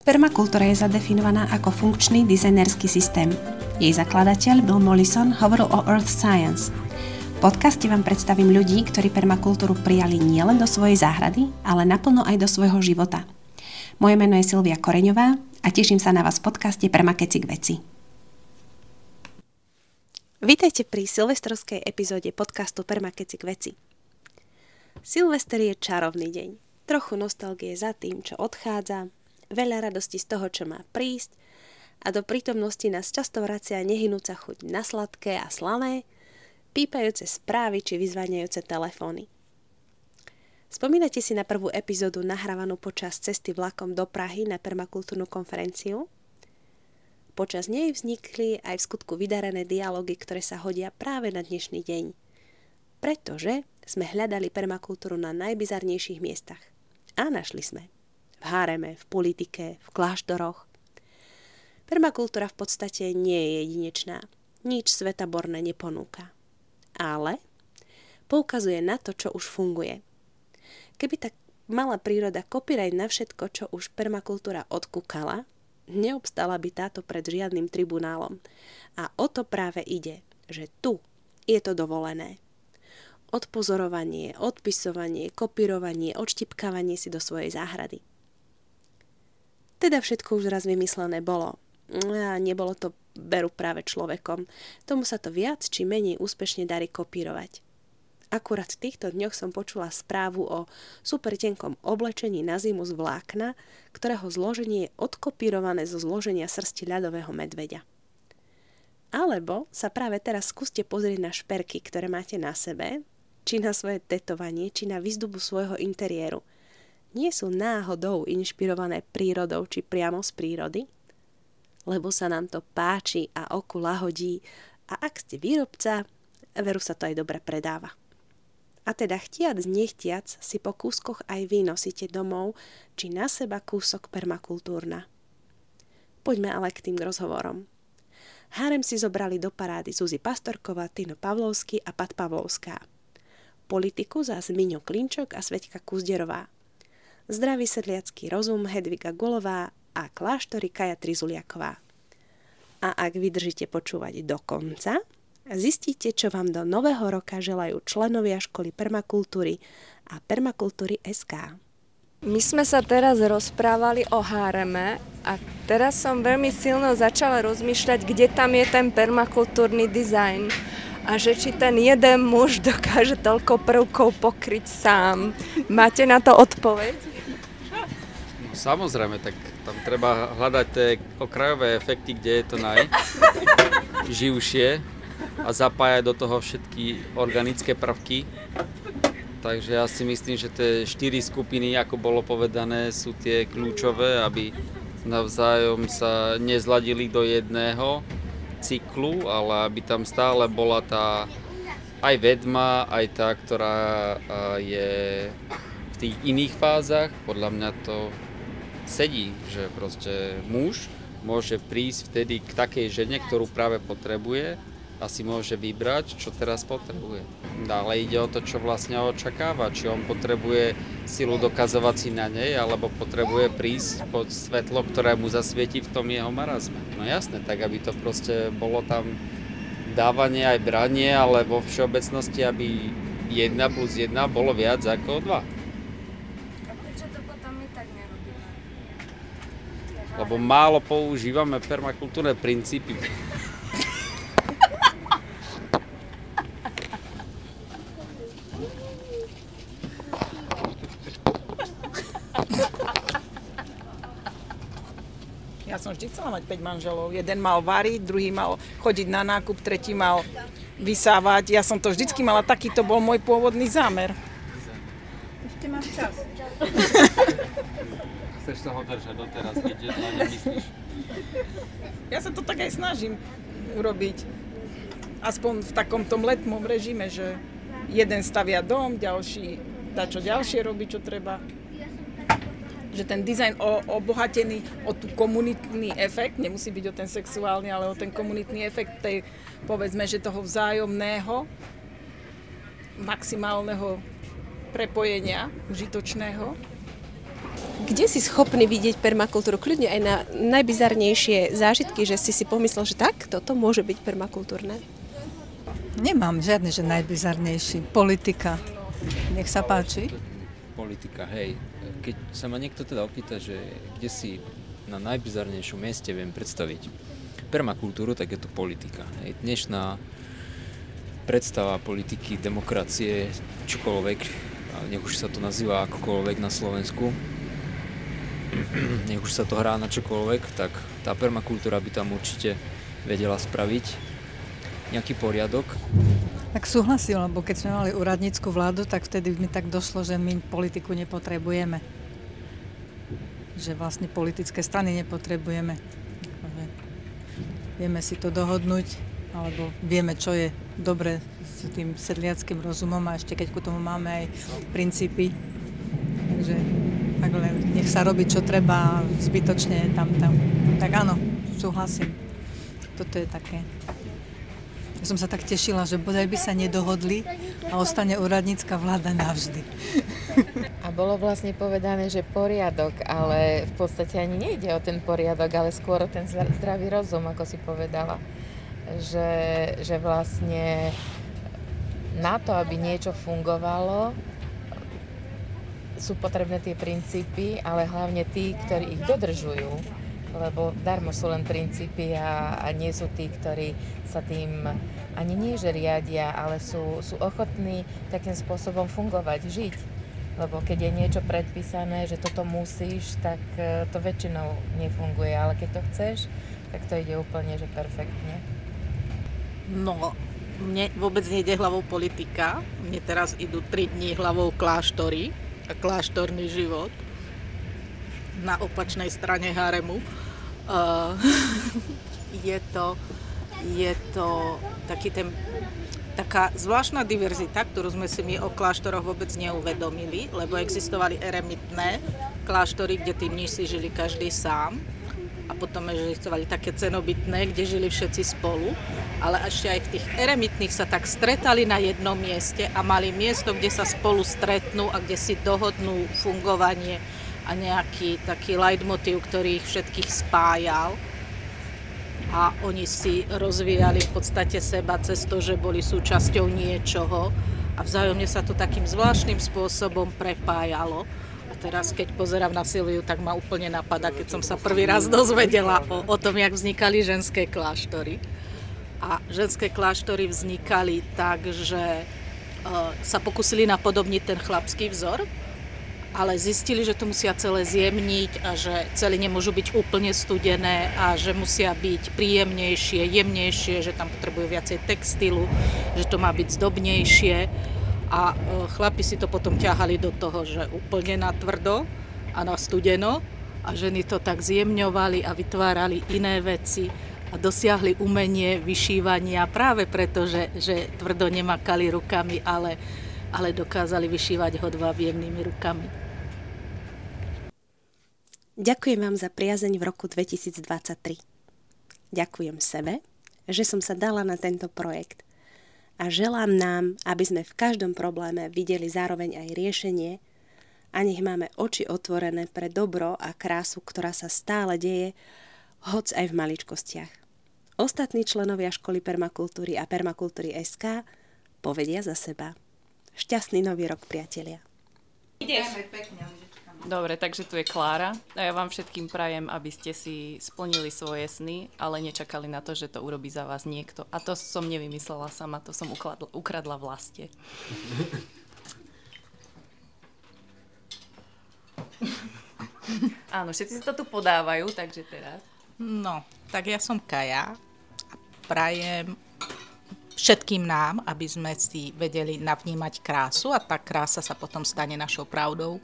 Permakultúra je zadefinovaná ako funkčný dizajnerský systém. Jej zakladateľ Bill Mollison hovoril o Earth Science. V podcaste vám predstavím ľudí, ktorí permakultúru prijali nielen do svojej záhrady, ale naplno aj do svojho života. Moje meno je Silvia Koreňová a teším sa na vás v podcaste Permakeci k veci. Vítajte pri silvestrovskej epizóde podcastu Permakeci k veci. Silvester je čarovný deň. Trochu nostalgie za tým, čo odchádza, veľa radosti z toho, čo má prísť a do prítomnosti nás často vracia nehynúca chuť na sladké a slané, pípajúce správy či vyzváňajúce telefóny. Spomínate si na prvú epizódu nahrávanú počas cesty vlakom do Prahy na permakultúrnu konferenciu? Počas nej vznikli aj v skutku vydarené dialógy, ktoré sa hodia práve na dnešný deň. Pretože sme hľadali permakultúru na najbizarnejších miestach. A našli sme. V háreme, v politike, v kláštoroch. Permakultúra v podstate nie je jedinečná. Nič svetaborné neponúka. Ale poukazuje na to, čo už funguje. Keby tak mala príroda copyright na všetko, čo už permakultúra odkúkala, neobstala by táto pred žiadnym tribunálom. A o to práve ide, že tu je to dovolené. Odpozorovanie, odpisovanie, kopírovanie, odštipkávanie si do svojej záhrady. Teda všetko už raz vymyslené bolo. A nebolo to veru práve človekom. Tomu sa to viac či menej úspešne darí kopírovať. Akurát v týchto dňoch som počula správu o super tenkom oblečení na zimu z vlákna, ktorého zloženie je odkopírované zo zloženia srsti ľadového medveďa. Alebo sa práve teraz skúste pozrieť na šperky, ktoré máte na sebe, či na svoje tetovanie, či na výzdobu svojho interiéru. Nie sú náhodou inšpirované prírodou či priamo z prírody? Lebo sa nám to páči a oku lahodí a ak ste výrobca, veru sa to aj dobre predáva. A teda chtiac nechtiac si po kúskoch aj vy nosíte domov či na seba kúsok permakultúrna. Poďme ale k tým rozhovorom. Hárem si zobrali do parády Zuzi Pastorková, Tino Pavlovský a Pat Pavlovská. Politiku zás Miňo Klinčok a Sveťka Kuzderová. Zdravý sedliacky rozum Hedviga Gulová a kláštory Kaja Trizuliaková. A ak vydržíte počúvať do konca, zistíte, čo vám do nového roka želajú členovia školy permakultúry a permakultúry SK. My sme sa teraz rozprávali o háreme a teraz som veľmi silno začala rozmýšľať, kde tam je ten permakultúrny dizajn. A že či ten jeden muž dokáže toľko prvkov pokryť sám. Máte na to odpoveď? No, samozrejme, tak tam treba hľadať tie okrajové efekty, kde je to najživšie a zapájať do toho všetky organické prvky. Takže ja si myslím, že tie 4 skupiny, ako bolo povedané, sú tie kľúčové, aby navzájom sa nezladili do jedného cyklu, ale aby tam stále bola tá aj vedma, aj tá, ktorá je v tých iných fázach. Podľa mňa to sedí, že proste muž môže prísť vtedy k takej žene, ktorú práve potrebuje a si môže vybrať, čo teraz potrebuje. Ale ide o to, čo vlastne očakáva, či on potrebuje silu dokazovať si na nej, alebo potrebuje prísť pod svetlo, ktoré mu zasvieti v tom jeho marazme. No jasné, tak aby to proste bolo tam dávanie aj branie, ale vo všeobecnosti, aby 1 plus 1 bolo viac ako 2. A prečo to potom my tak nerobíme? Lebo málo používame permakultúrne princípy. Ja som vždy chcela mať 5 manželov. Jeden mal variť, druhý mal chodiť na nákup, tretí mal vysávať. Ja som to vždycky mala, taký to bol môj pôvodný zámer. Ešte máš čas. Chceš sa ho držať doteraz, keď na ne myslíš? Ja sa to tak aj snažím urobiť. Aspoň v takom tom letmom režime, že jeden stavia dom, ďalší dá čo ďalšie robí, čo treba. Že ten dizajn obohatený o tú komunitný efekt, nemusí byť o ten sexuálny, ale o ten komunitný efekt tej, povedzme, že toho vzájomného, maximálneho prepojenia, užitočného. Kde si schopný vidieť permakultúru? Kľudne aj na najbizarnejšie zážitky, že si pomyslel, že tak, toto môže byť permakultúrne. Nemám žiadny, že najbizarnejší. Politika. Nech sa páči. Politika, hej. Keď sa ma niekto teda opýta, že kde si na najbizarnejšom mieste viem predstaviť permakultúru, tak je to politika. Hej. Dnešná predstava politiky, demokracie, čokoľvek, nech už sa to nazýva akokoľvek na Slovensku, nech už sa to hrá na čokoľvek, tak tá permakultúra by tam určite vedela spraviť nejaký poriadok. Tak súhlasím, lebo keď sme mali úradnícku vládu, tak vtedy mi tak došlo, že my politiku nepotrebujeme. Že vlastne politické strany nepotrebujeme. Vieme si to dohodnúť, alebo vieme, čo je dobre s tým sedliackým rozumom a ešte keď ku tomu máme aj princípy. Takže takhle, nech sa robí, čo treba, zbytočne tam. Tak áno, súhlasím. Toto je také. Ja som sa tak tešila, že bodaj by sa nedohodli a ostane úradnícka vláda navždy. A bolo vlastne povedané, že poriadok, ale v podstate ani nejde o ten poriadok, ale skôr o ten zdravý rozum, ako si povedala. Že vlastne na to, aby niečo fungovalo, sú potrebné tie princípy, ale hlavne tí, ktorí ich dodržujú. Lebo darmo sú len princípy a nie sú tí, ktorí sa tým ani nie že riadia, ale sú ochotní takým spôsobom fungovať, žiť. Lebo keď je niečo predpísané, že toto musíš, tak to väčšinou nefunguje, ale keď to chceš, tak to ide úplne, že perfektne. No, mne vôbec nejde hlavou politika. Mne teraz idú 3 dní hlavou kláštory a kláštorný život na opačnej strane haremu. Je to taká zvláštna diverzita, ktorú sme si my o kláštoroch vôbec neuvedomili, lebo existovali eremitné kláštory, kde tí mnísi žili každý sám. A potom existovali také cenobytné, kde žili všetci spolu, ale ešte aj v tých eremitných sa tak stretali na jednom mieste a mali miesto, kde sa spolu stretnú a kde si dohodnú fungovanie a nejaký taký leitmotív, ktorý ich všetkých spájal. A oni si rozvíjali v podstate seba cez to, že boli súčasťou niečoho a vzájomne sa to takým zvláštnym spôsobom prepájalo. Teraz, keď pozerám na Silviu, tak ma úplne napadá, keď som sa prvý raz dozvedela o tom, jak vznikali ženské kláštory. A ženské kláštory vznikali tak, že sa pokúsili napodobniť ten chlapský vzor, ale zistili, že to musia celé zjemniť a že celé nemôžu byť úplne studené a že musia byť príjemnejšie, jemnejšie, že tam potrebujú viacej textilu, že to má byť zdobnejšie. A chlapi si to potom ťahali do toho, že úplne na tvrdo a na studeno a ženy to tak zjemňovali a vytvárali iné veci a dosiahli umenie vyšívania práve preto, že tvrdo nemakali rukami, ale dokázali vyšívať hodváb jemnými rukami. Ďakujem vám za priazeň v roku 2023. Ďakujem sebe, že som sa dala na tento projekt. A želám nám, aby sme v každom probléme videli zároveň aj riešenie a nech máme oči otvorené pre dobro a krásu, ktorá sa stále deje, hoc aj v maličkostiach. Ostatní členovia školy permakultúry a permakultúry SK povedia za seba. Šťastný nový rok, priatelia. Dobre, takže tu je Klára a ja vám všetkým prajem, aby ste si splnili svoje sny, ale nečakali na to, že to urobí za vás niekto. A to som nevymyslela sama, to som ukradla vlastne. Áno, všetci si to tu podávajú, takže teraz. No, tak ja som Kaja a prajem všetkým nám, aby sme si vedeli navnímať krásu a tá krása sa potom stane našou pravdou.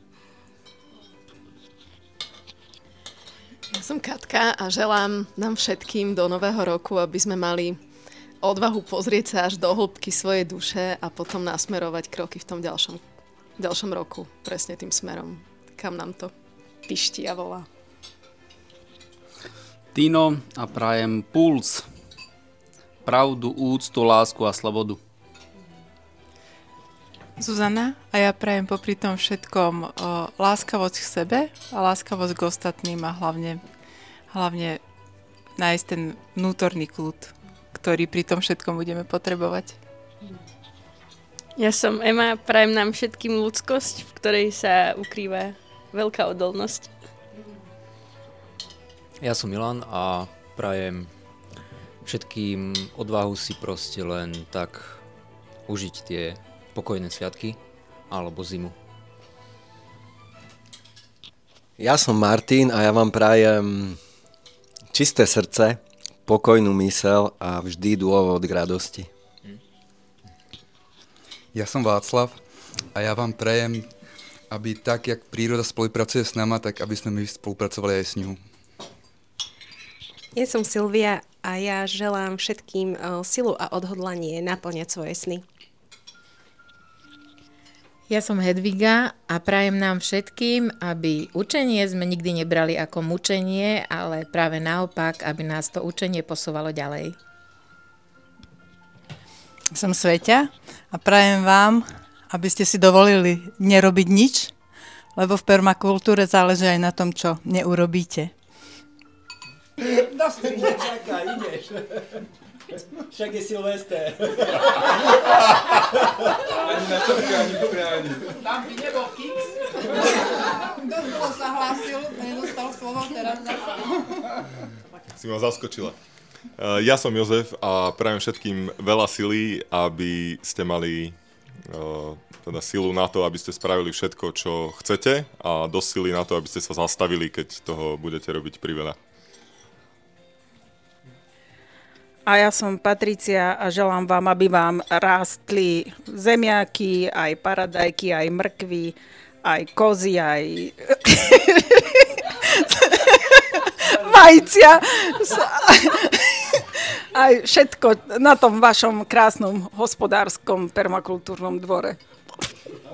Ja som Katka a želám nám všetkým do nového roku, aby sme mali odvahu pozrieť sa až do hĺbky svojej duše a potom nasmerovať kroky v tom ďalšom roku presne tým smerom, kam nám to pišti a volá. Tino a prajem puls, pravdu, úctu, lásku a slobodu. Zuzana a ja prajem popri tom všetkom láskavosť k sebe a láskavosť k ostatným a hlavne nájsť ten vnútorný kľud, ktorý pri tom všetkom budeme potrebovať. Ja som Ema, prajem nám všetkým ľudskosť, v ktorej sa ukrýva veľká odolnosť. Ja som Milan a prajem všetkým odvahu si proste len tak užiť tie pokojné sviatky alebo zimu. Ja som Martin a ja vám prajem čisté srdce, pokojnú myseľ a vždy dôvod k radosti. Ja som Václav a ja vám prajem, aby tak, jak príroda spolupracuje s nama, tak aby sme my spolupracovali aj s ňou. Ja som Silvia a ja želám všetkým silu a odhodlanie naplňať svoje sny. Ja som Hedviga a prajem nám všetkým, aby učenie sme nikdy nebrali ako mučenie, ale práve naopak, aby nás to učenie posúvalo ďalej. Som Sveťa a prajem vám, aby ste si dovolili nerobiť nič, lebo v permakultúre záleží aj na tom, čo neurobíte. Čaká, ideš. Však je Silvester. Ani na čapke, ani po prianí. Tam by nebol Kiks. Kto toho sa hlásil, nedostal slovo teraz. Si ma zaskočila. Ja som Jozef a prajem všetkým veľa sily, aby ste mali teda silu na to, aby ste spravili všetko, čo chcete a dosť sily na to, aby ste sa zastavili, keď toho budete robiť priveľa. A ja som Patricia a želám vám, aby vám rástli zemiaky, aj paradajky, aj mrkvy, aj kozy, aj vajcia. Aj všetko na tom vašom krásnom hospodárskom permakultúrnom dvore.